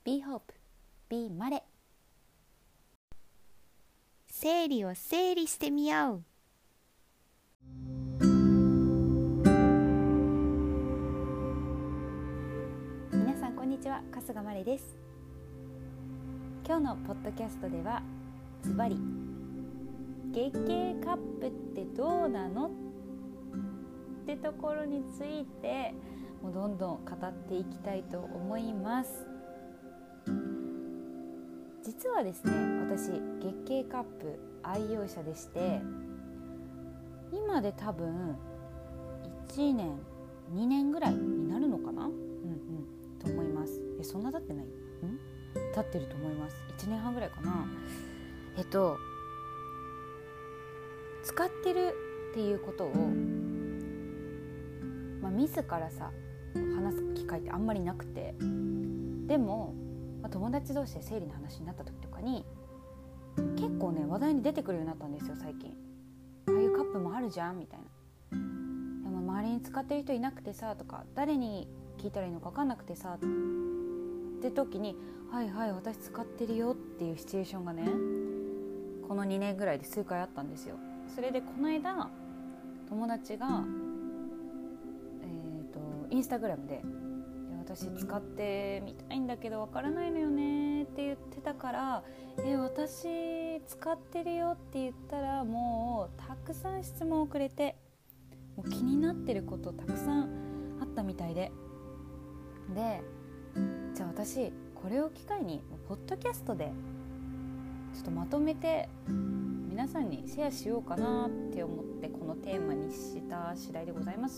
Be Hope Be マレ。整理を整理してみよう。皆さんこんにちは、春日マレです。今日のポッドキャストではズバリ月経カップってどうなのってところについてもうどんどん語っていきたいと思います。実はですね、私月経カップ愛用者でして、今で多分1年2年ぐらいになるのかな、と思います。そんな経ってない？経ってると思います。1年半ぐらいかな。使ってるっていうことを、自らさ話す機会ってあんまりなくて、でも、友達同士で生理の話になった時とかに結構ね話題に出てくるようになったんですよ。最近ああいうカップもあるじゃんみたいな。でも周りに使ってる人いなくてさとか、誰に聞いたらいいのか分かんなくてさって時に、はい私使ってるよっていうシチュエーションがね、この2年ぐらいで数回あったんですよ。それでこの間友達がインスタグラムで私使ってみたいんだけどわからないのよねって言ってたから、私使ってるよって言ったら、もうたくさん質問をくれて、もう気になってることたくさんあったみたいで、じゃあ私これを機会にポッドキャストでちょっとまとめて皆さんにシェアしようかなって思って、このテーマにした次第でございます。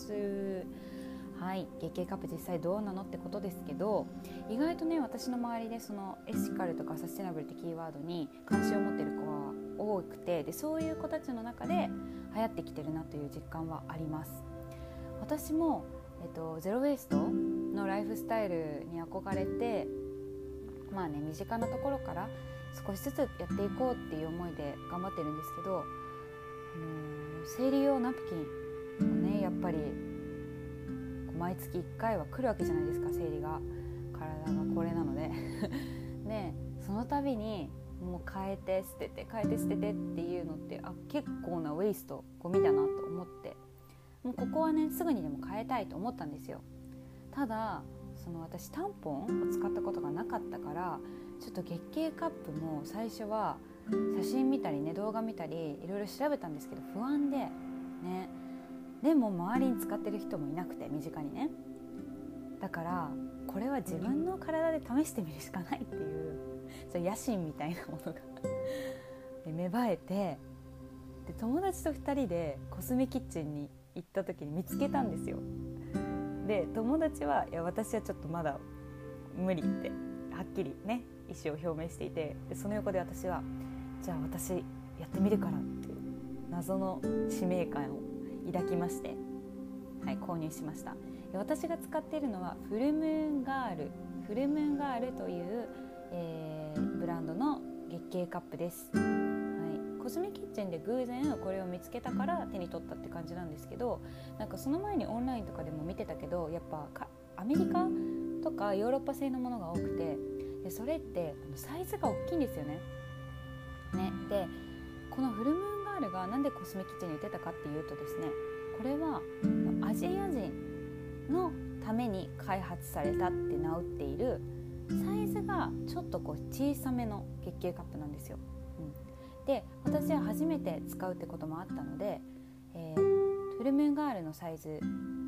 はい、月経カップ実際どうなのってことですけど、意外とね私の周りでそのエシカルとかサステナブルってキーワードに関心を持っている子は多くて、でそういう子たちの中で流行ってきてるなという実感はあります。私も、ゼロウェイストのライフスタイルに憧れて、身近なところから少しずつやっていこうっていう思いで頑張ってるんですけど、生理用ナプキンをねやっぱり毎月1回は来るわけじゃないですか。生理が、体がこれなのでね、その度にもう変えて捨ててっていうのって結構なウェイスト、ゴミだなと思って、もうここはねすぐにでも変えたいと思ったんですよ。ただ私タンポンを使ったことがなかったから、ちょっと月経カップも最初は写真見たりね、動画見たりいろいろ調べたんですけど不安でね、でも周りに使ってる人もいなくて、身近にね。だからこれは自分の体で試してみるしかないっていう、そう野心みたいなものが芽生えて、で友達と2人でコスメキッチンに行った時に見つけたんですよ。で友達は、私はちょっとまだ無理ってはっきりね意思を表明していて、でその横で私は、じゃあ私やってみるからっていう謎の使命感を抱きまして、購入しました。私が使っているのはフルムーンガールという、ブランドの月経カップです。コスメキッチンで偶然これを見つけたから手に取ったって感じなんですけど、なんかその前にオンラインとかでも見てたけど、やっぱアメリカとかヨーロッパ製のものが多くて、でそれってサイズが大きいんですよね。でこのフルムーンガールがなんでコスメキッチンに売ってたかっていうとですね、これはアジア人のために開発されたって名打っている、サイズがちょっと小さめの月経カップなんですよ。で私は初めて使うってこともあったので、フルムーンガールのサイズ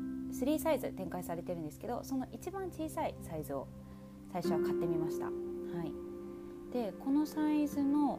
3サイズ展開されてるんですけど、その一番小さいサイズを最初は買ってみました。でこのサイズの、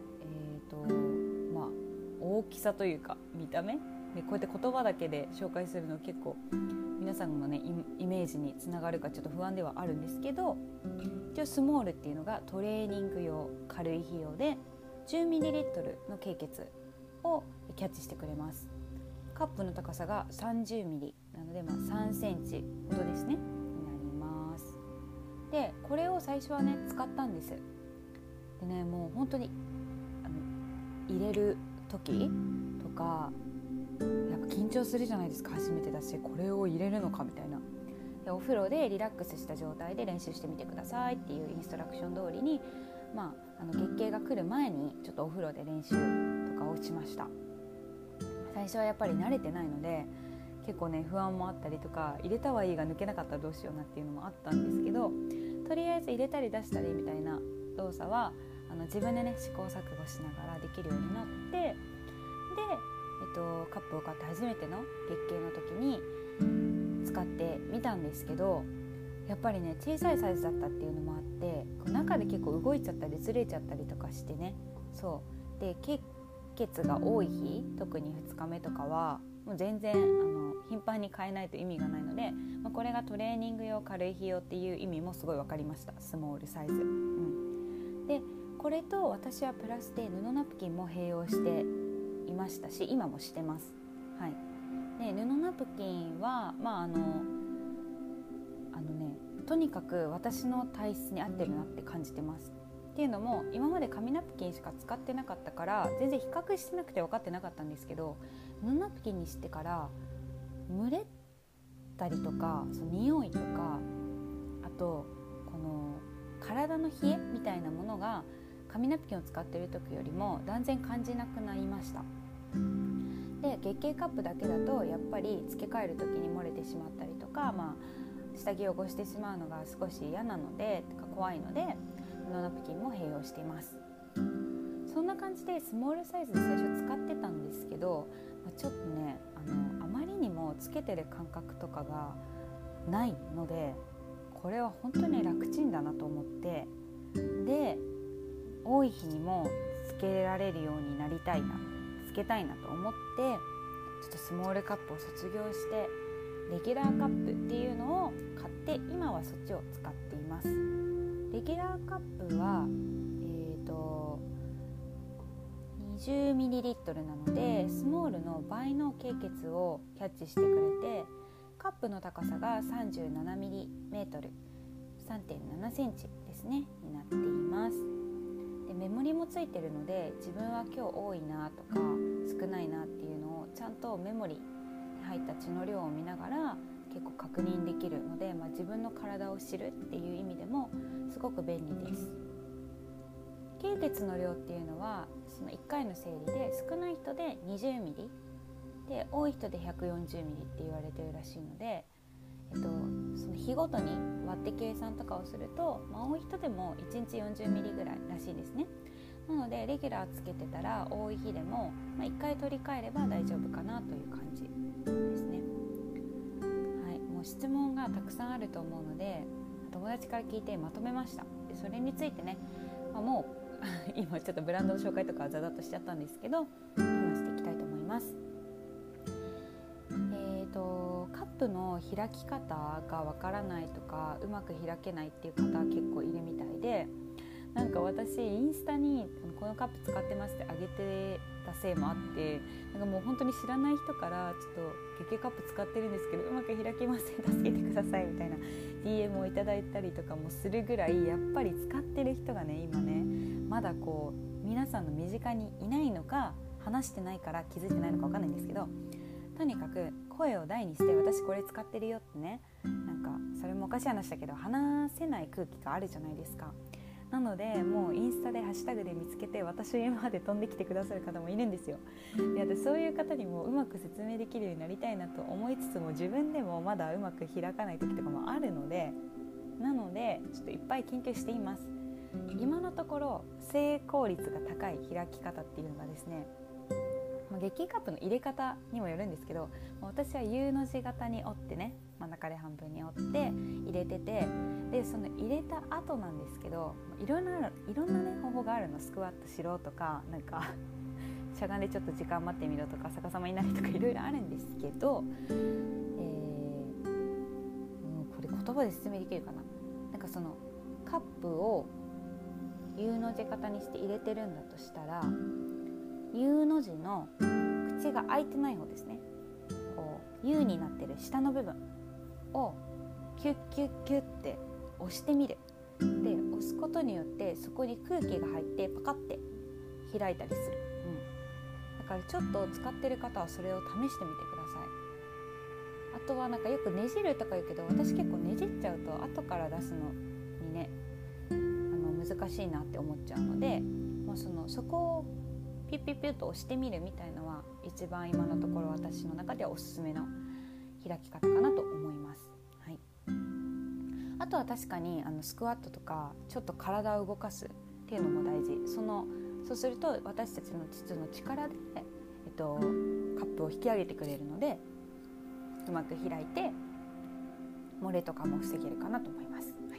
大きさというか見た目で、こうやって言葉だけで紹介するの結構皆さんのねイメージにつながるかちょっと不安ではあるんですけど、一応スモールっていうのがトレーニング用、軽い費用で 10ml の経血をキャッチしてくれます。カップの高さが 30mm なので、3センチほどですねになります。でこれを最初はね使ったんです。でね、もう本当に入れる時とかやっぱ緊張するじゃないですか。初めてだしこれを入れるのかみたいな。 でお風呂でリラックスした状態で練習してみてくださいっていうインストラクション通りに、月経が来る前にちょっとお風呂で練習とかをしました。最初はやっぱり慣れてないので結構ね不安もあったりとか、入れたはいいが抜けなかったらどうしようなっていうのもあったんですけど、とりあえず入れたり出したりみたいな動作は自分でね試行錯誤しながらできるようになって、で、カップを買って初めての月経の時に使ってみたんですけど、やっぱりね小さいサイズだったっていうのもあって、中で結構動いちゃったりずれちゃったりとかしてね、そうで経血が多い日、特に2日目とかはもう全然頻繁に変えないと意味がないので、これがトレーニング用軽い日用っていう意味もすごい分かりました。スモールサイズ、でこれと私はプラスで布ナプキンも併用していましたし、今もしてます。で布ナプキンはとにかく私の体質に合ってるなって感じてます。っていうのも今まで紙ナプキンしか使ってなかったから全然比較してなくて分かってなかったんですけど、布ナプキンにしてから蒸れたりとか、その匂いとか、あとこの体の冷えみたいなものが紙ナプキンを使っている時よりも断然感じなくなりました。で月経カップだけだとやっぱり付け替える時に漏れてしまったりとか、下着を汚してしまうのが少し嫌なので怖いので布ナプキンも併用しています。そんな感じでスモールサイズで最初使ってたんですけど、ちょっとねあまりにもつけてる感覚とかがないので、これは本当に楽ちんだなと思って、で多い日にもつけられるようになりたいな、つけたいなと思って、ちょっとスモールカップを卒業してレギュラーカップっていうのを買って、今はそっちを使っています。レギュラーカップは20ml なのでスモールの倍の経血をキャッチしてくれて、カップの高さが 37mm、 3.7 センチですねになっています。でメモリもついてるので、自分は今日多いなとか少ないなっていうのをちゃんとメモリに入った血の量を見ながら結構確認できるので、自分の体を知るっていう意味でもすごく便利です。経血の量っていうのはその1回の生理で少ない人で 20ml で多い人で 140ml って言われてるらしいので、その日ごとに割って計算とかをすると、多い人でも1日 40ml ぐらいらしいですね。なのでレギュラーつけてたら多い日でも、1回取り替えれば大丈夫かなという感じですね。もう質問がたくさんあると思うので友達から聞いてまとめました。でそれについてね、もう今ちょっとブランドの紹介とかざざっとしちゃったんですけど、話していきたいと思います。カップの開き方がわからないとかうまく開けないっていう方結構いるみたいで、なんか私インスタにこのカップ使ってますってあげてたせいもあって、なんかもう本当に知らない人からちょっと月経カップ使ってるんですけどうまく開けません、助けてくださいみたいな DM をいただいたりとかもするぐらい、やっぱり使ってる人がね今ねまだ皆さんの身近にいないのか、話してないから気づいてないのか分かんないんですけど、とにかく声を大にして私これ使ってるよってね、なんかそれもおかしい話だけど話せない空気があるじゃないですか。なのでもうインスタでハッシュタグで見つけて私のまで飛んできてくださる方もいるんですよ。で私そういう方にもうまく説明できるようになりたいなと思いつつも、自分でもまだうまく開かない時とかもあるので、なのでちょっといっぱい研究しています。今のところ成功率が高い開き方っていうのがですね、月経カップの入れ方にもよるんですけど、私は U の字型に折ってね、真ん中で半分に折って入れてて、でその入れた後なんですけど、いろんなね方法があるの。スクワットしろとか、なんかしゃがんでちょっと時間待ってみろとか、逆さまになるとかいろいろあるんですけど、これ言葉で説明できるかな。なんかそのカップを U の字型にして入れてるんだとしたら、U の字の口が開いてない方ですね、U になってる下の部分をキュッキュッキュッって押してみる。で押すことによってそこに空気が入ってパカッて開いたりする、だからちょっと使ってる方はそれを試してみてください。あとはなんかよくねじるとか言うけど、私結構ねじっちゃうと後から出すのにね難しいなって思っちゃうので、そこをピュッピュッピュッと押してみるみたいのは一番今のところ私の中ではおすすめの開き方かなと思います。はい、あとは確かにスクワットとかちょっと体を動かすっていうのも大事。そうすると私たちの膣の力で、カップを引き上げてくれるのでうまく開いて漏れとかも防げるかなと思います。はい、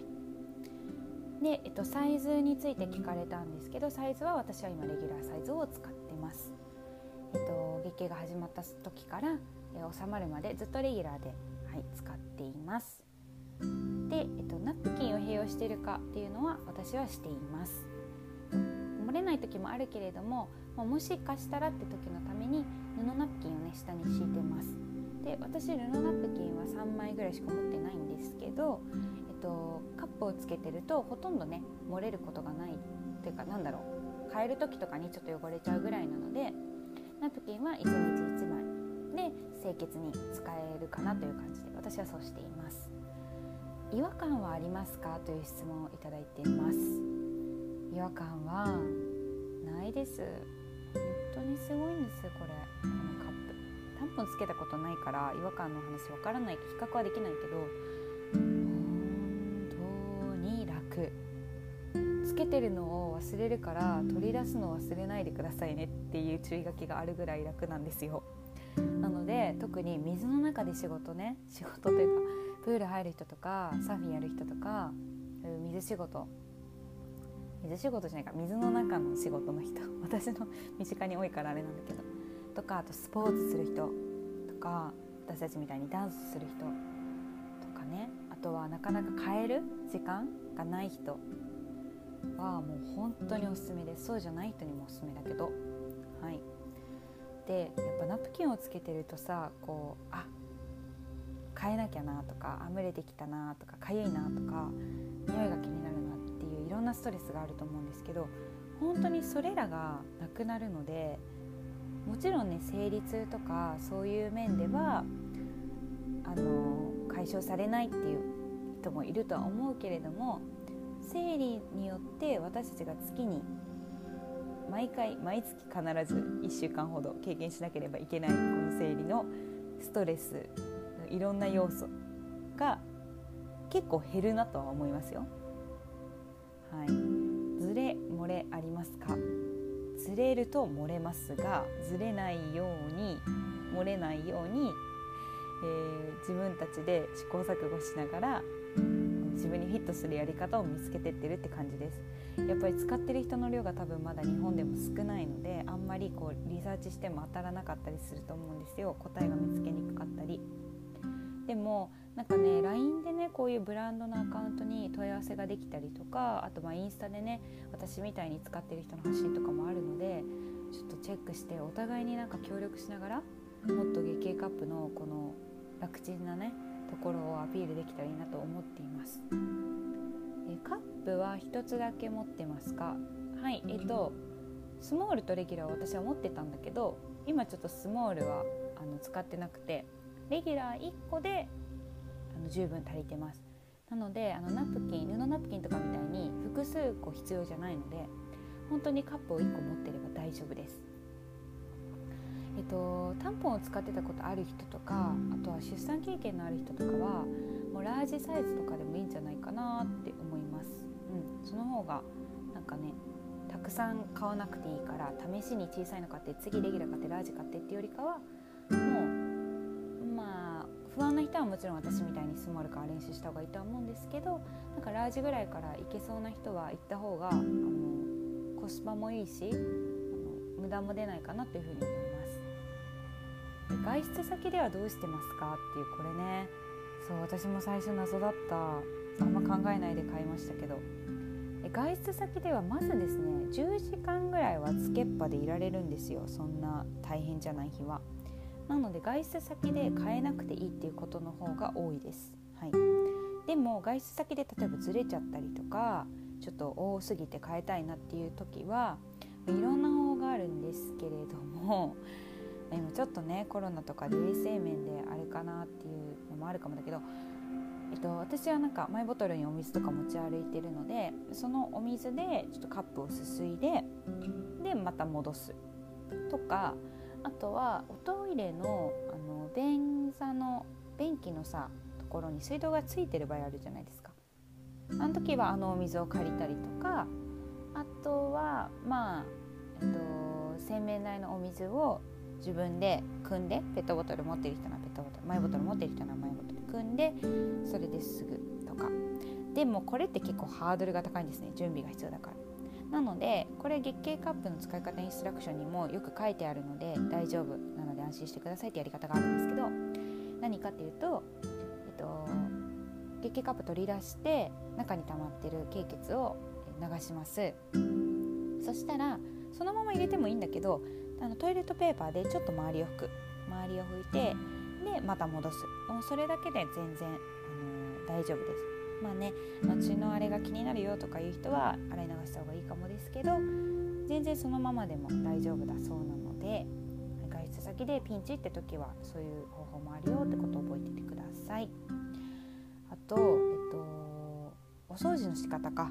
で、サイズについて聞かれたんですけど、サイズは私は今レギュラーサイズを使ってます。月経が始まった時から、収まるまでずっとレギュラーで、使っています。で、ナプキンを併用しているかっていうのは私はしています。漏れない時もあるけれども、もしかしたらって時のために布ナプキンをね下に敷いてます。で、私布ナプキンは3枚ぐらいしか持ってないんですけど、カップをつけてるとほとんどね漏れることがないっていうか、変える時とかにちょっと汚れちゃうぐらいなので、ナプキンは1日1枚で清潔に使えるかなという感じで私はそうしています。違和感はありますかという質問をいただいています。違和感はないです。本当にすごいんです。このカップタンポンつけたことないから違和感の話わからない、比較はできないけど本当に楽。つけてるのを忘れるから取り出すのを忘れないでくださいねっていう注意書きがあるぐらい楽なんですよ。なので特に水の中で仕事というかプール入る人とかサーフィンやる人とか水の中の仕事の人私の身近に多いからあれなんだけどとか、あとスポーツする人とか、私たちみたいにダンスする人とかね、あとはなかなか変える時間がない人はもう本当におすすめです。そうじゃない人にもおすすめだけど、はい。で、やっぱナプキンをつけてるとさ、変えなきゃなとか、蒸れてきたなとか、かゆいなとか、匂いが気になるなっていういろんなストレスがあると思うんですけど、本当にそれらがなくなるので、もちろんね生理痛とかそういう面では解消されないっていう人もいるとは思うけれども、生理によって私たちが月に毎月必ず1週間ほど経験しなければいけないこの生理のストレス、いろんな要素が結構減るなとは思いますよ。はい、ずれ漏れありますか？ずれると漏れますが、ずれないように漏れないように、自分たちで試行錯誤しながら自分にフィットするやり方を見つけてってるって感じです。やっぱり使ってる人の量が多分まだ日本でも少ないので、あんまりリサーチしても当たらなかったりすると思うんですよ。答えが見つけにくかったり。でもLINE でねこういうブランドのアカウントに問い合わせができたりとか、あとインスタでね私みたいに使ってる人の発信とかもあるので、ちょっとチェックしてお互いに協力しながらもっと月経カップのこの楽ちんなねところをアピールできたらいいなと思っています。カップは一つだけ持ってますか？はい、スモールとレギュラーを私は持ってたんだけど、今ちょっとスモールは使ってなくて、レギュラー1個で十分足りてます。なので布ナプキンとかみたいに複数個必要じゃないので、本当にカップを1個持ってれば大丈夫です。タンポンを使ってたことある人とか、あとは出産経験のある人とかはもうラージサイズとかでもいいんじゃないかなって思います。その方がたくさん買わなくていいから、試しに小さいの買って次レギュラー買ってラージ買ってっていうよりかは、もう不安な人はもちろん私みたいにスモールから練習した方がいいとは思うんですけど、ラージぐらいからいけそうな人は行った方がコスパもいいし無駄も出ないかなというふうに思います。外出先ではどうしてますかっていう、これね、そう私も最初謎だった。あんま考えないで買いましたけど、外出先ではまずですね10時間ぐらいはつけっぱでいられるんですよ。そんな大変じゃない日は。なので外出先で買えなくていいっていうことの方が多いです。はい、でも外出先で例えばずれちゃったりとかちょっと多すぎて買えたいなっていう時はいろんな方法があるんですけれども、 今ちょっとねコロナとかで衛生面であれかなっていうのもあるかもだけど、私はなんかマイボトルにお水とか持ち歩いてるので、そのお水でちょっとカップをすすいでまた戻すとか、あとはおトイレの便器のさところに水道がついてる場合あるじゃないですか。あの時はお水を借りたりとか、あとは洗面台のお水を自分で汲んで、ペットボトル持ってる人ならペットボトル、マイボトル持ってる人ならマイボトル汲んで、それですぐとか。でもこれって結構ハードルが高いんですね、準備が必要だから。なのでこれ月経カップの使い方インストラクションにもよく書いてあるので大丈夫なので安心してくださいってやり方があるんですけど、何かっていうと、月経カップ取り出して中に溜まってる経血を流します。そしたらそのまま入れてもいいんだけど、トイレットペーパーでちょっと周りを拭いて、でまた戻す。もうそれだけで全然大丈夫です。まあね、後のあれが気になるよとかいう人は洗い流した方がいいかもですけど、全然そのままでも大丈夫だそうなので、外出先でピンチって時はそういう方法もあるよってことを覚えててください。あと、お掃除の仕方か。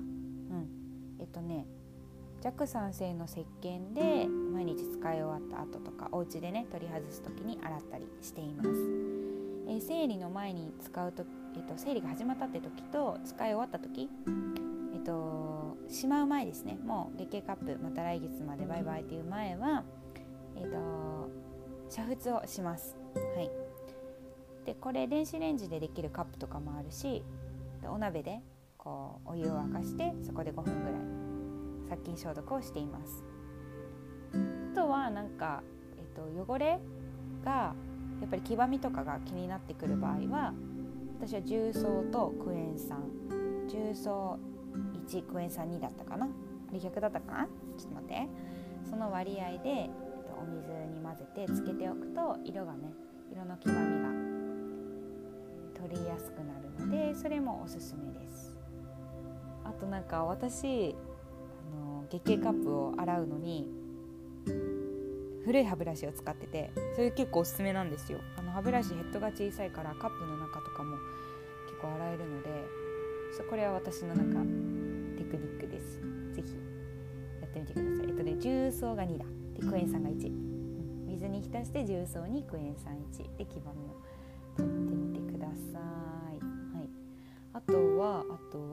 弱酸性の石鹸で毎日使い終わった後とか、お家でね取り外す時に洗ったりしています。生理の前に使うと、生理が始まったって時と使い終わった時、しまう前ですね、もう月経カップまた来月までバイバイっていう前は、煮沸をします。はい。でこれ電子レンジでできるカップとかもあるし、お鍋でこうお湯を沸かしてそこで5分ぐらい殺菌消毒をしています。あとはなんか、汚れがやっぱり黄ばみとかが気になってくる場合は、私は重曹とクエン酸、重曹1クエン酸2だったかな、あれ100だったかな、ちょっと待って、その割合で、お水に混ぜてつけておくと色の黄ばみが取りやすくなるので、それもおすすめです。あとなんか私月経カップを洗うのに古い歯ブラシを使ってて、それ結構おすすめなんですよ。歯ブラシヘッドが小さいからカップの中とかも結構洗えるので、これは私のなんかテクニックです。ぜひやってみてください。重曹が2だでクエン酸が1、水に浸して重曹にクエン酸1で黄ばみを取ってみてください。はい。あとは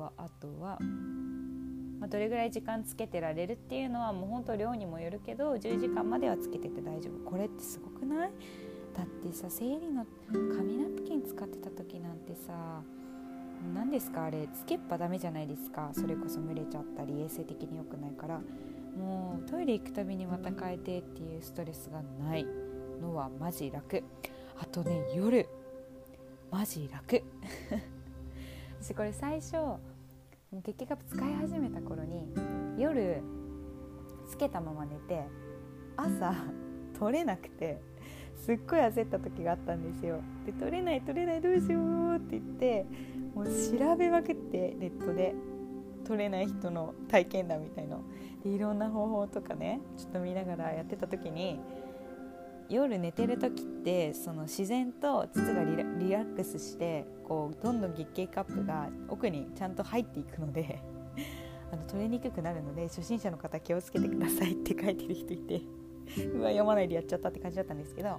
どれぐらい時間つけてられるっていうのはもう本当量にもよるけど、10時間まではつけてて大丈夫。これってすごくない？だってさ、生理の紙ナプキン使ってた時なんてさ、何ですかあれ、つけっぱダメじゃないですか。それこそ蒸れちゃったり衛生的に良くないから、もうトイレ行くたびにまた変えてっていうストレスがないのはマジ楽。あとね、夜マジ楽私これ最初月経カップ使い始めた頃に夜つけたまま寝て朝取れなくてすっごい焦った時があったんですよ。で取れないどうしようって言ってもう調べまくってネットで取れない人の体験談みたいのでいろんな方法とかねちょっと見ながらやってた時に、夜寝てる時ってその自然と膣がリラックスしてこうどんどん月経カップが奥にちゃんと入っていくので取れにくくなるので、初心者の方気をつけてくださいって書いてる人いてうわ読まないでやっちゃったって感じだったんですけど、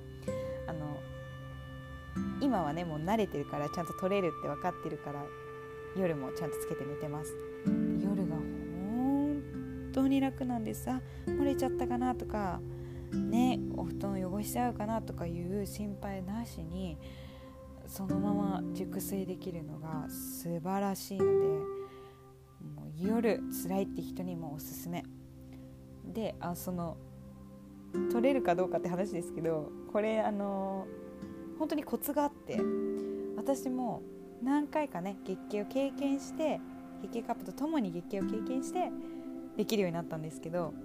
今はねもう慣れてるからちゃんと取れるって分かってるから夜もちゃんとつけて寝てます。夜が本当に楽なんです。漏れちゃったかなとかね、お布団汚しちゃうかなとかいう心配なしにそのまま熟睡できるのが素晴らしいので、もう夜辛いって人にもおすすめで、取れるかどうかって話ですけど、これ本当にコツがあって、私も何回かね月経を経験して、月経カップとともに月経を経験してできるようになったんですけど、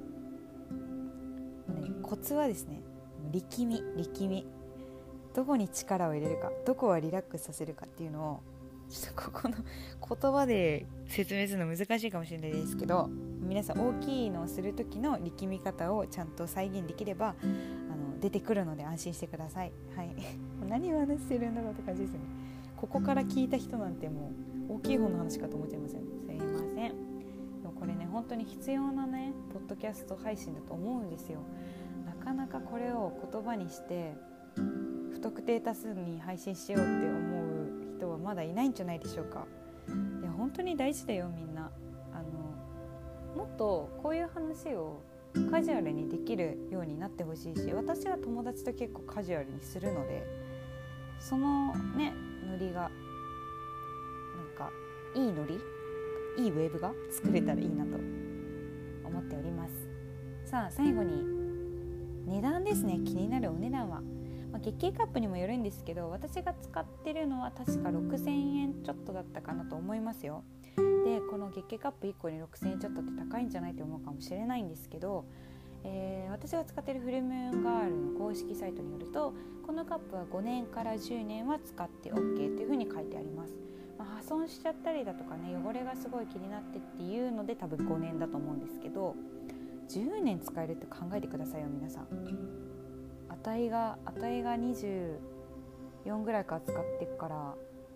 コツはですね、力み、どこに力を入れるか、どこはリラックスさせるかっていうのをちょっとここの言葉で説明するの難しいかもしれないですけど、皆さん大きいのをする時の力み方をちゃんと再現できれば出てくるので安心してください。はい、何を話してるんだろうって感じですね。ここから聞いた人なんてもう大きい方の話かと思っちゃいますよね。すいません。でもこれね本当に必要なねポッドキャスト配信だと思うんですよ。なかなかこれを言葉にして不特定多数に配信しようって思う人はまだいないんじゃないでしょうか。いや本当に大事だよみんな。もっとこういう話をカジュアルにできるようになってほしいし、私は友達と結構カジュアルにするので、そのねノリがなんかいいノリ、いいウェーブが作れたらいいなと思っております。さあ最後に値段ですね。気になるお値段は、月経カップにもよるんですけど、私が使ってるのは確か6000円ちょっとだったかなと思いますよ。でこの月経カップ1個に6000円ちょっとって高いんじゃないと思うかもしれないんですけど、私が使ってるフルムーンガールの公式サイトによると、このカップは5年から10年は使って OK というふうに書いてあります。破損しちゃったりだとかね、汚れがすごい気になってっていうので多分5年だと思うんですけど、10年使えるって考えてくださいよ皆さん。値が24ぐらいから使っていくから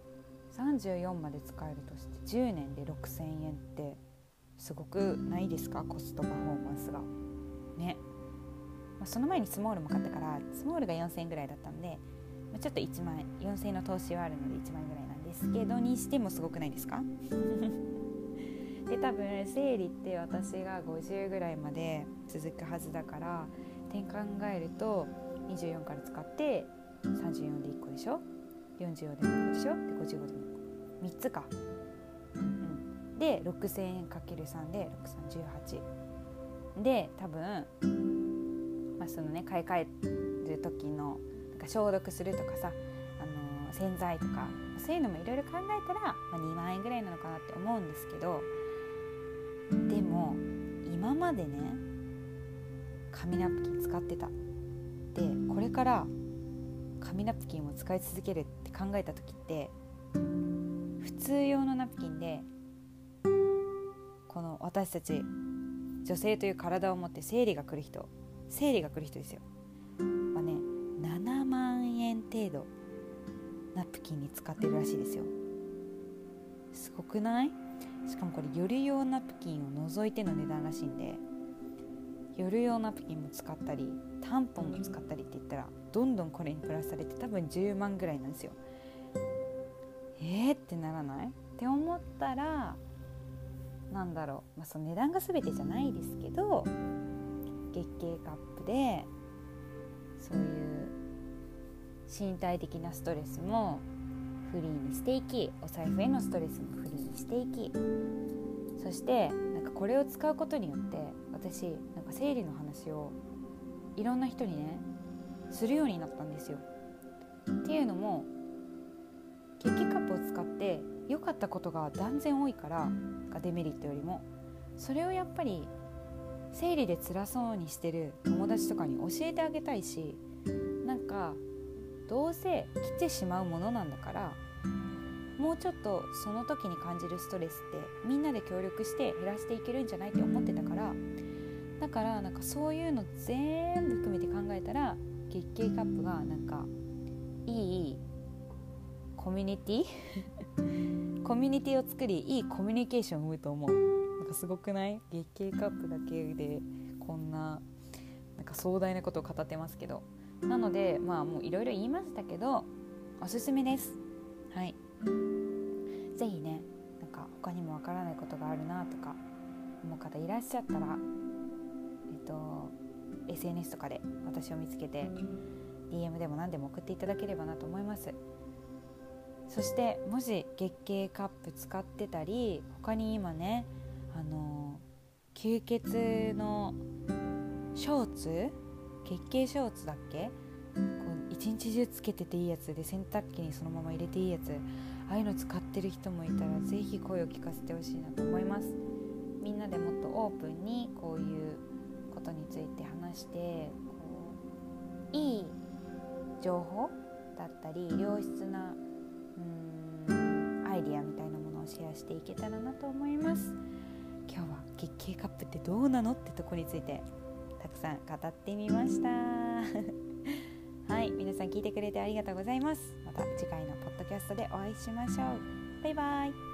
34まで使えるとして10年で6000円ってすごくないですか？コストパフォーマンスがね。その前にスモールも買ったから、スモールが4000円ぐらいだったんで、ちょっと1万円4000円の投資はあるので1万円ぐらいなんですけど、にしてもすごくないですか？で多分生理って私が50ぐらいまで続くはずだから、点考えると24から使って34で1個でしょ、44でも1個でしょ、で55でも1個、3つか、で6000円 ×3 で6318で、多分そのね買い替える時のなんか消毒するとかさ、洗剤とかそういうのもいろいろ考えたら、2万円ぐらいなのかなって思うんですけど、でも今までね紙ナプキン使ってた。でこれから紙ナプキンを使い続けるって考えた時って、普通用のナプキンでこの私たち女性という体を持って生理が来る人ですよはね、7万円程度ナプキンに使ってるらしいですよ。すごくない？しかもこれ夜用ナプキンを除いての値段らしいんで、夜用ナプキンも使ったりタンポンも使ったりって言ったらどんどんこれにプラスされて多分10万ぐらいなんですよ。ってならない？って思ったら、なんだろう、その値段が全てじゃないですけど、月経カップでそういう身体的なストレスもフリーにしていき、お財布へのストレスもフリーにしていき、そしてなんかこれを使うことによって私なんか生理の話をいろんな人にねするようになったんですよ。っていうのも月経カップを使って良かったことが断然多いから、デメリットよりもそれをやっぱり生理で辛そうにしてる友達とかに教えてあげたいし、なんかどうせ来てしまうものなんだから、もうちょっとその時に感じるストレスってみんなで協力して減らしていけるんじゃないって思ってたから、だからなんかそういうの全部含めて考えたら、月経カップがなんかいいコミュニティを作り、いいコミュニケーションを生むと思う。なんかすごくない？月経カップだけでこんな、なんか壮大なことを語ってますけど、なのでもういろいろ言いましたけどおすすめです。はい、ぜひね、なんか他にもわからないことがあるなとか思う方いらっしゃったら、SNS とかで私を見つけて DM でも何でも送っていただければなと思います。そしてもし月経カップ使ってたり、他に今ね吸血のショーツ、月経ショーツだっけ、こう一日中つけてていいやつで洗濯機にそのまま入れていいやつ、ああいうの使ってる人もいたらぜひ声を聞かせてほしいなと思います。みんなでもっとオープンにこういうことについて話して、いい情報だったり良質なアイディアみたいなものをシェアしていけたらなと思います。今日は月経カップってどうなのってとこについてたくさん語ってみました。 皆さん聞いてくれてありがとうございます。また次回のポッドキャストでお会いしましょう。バイバイ。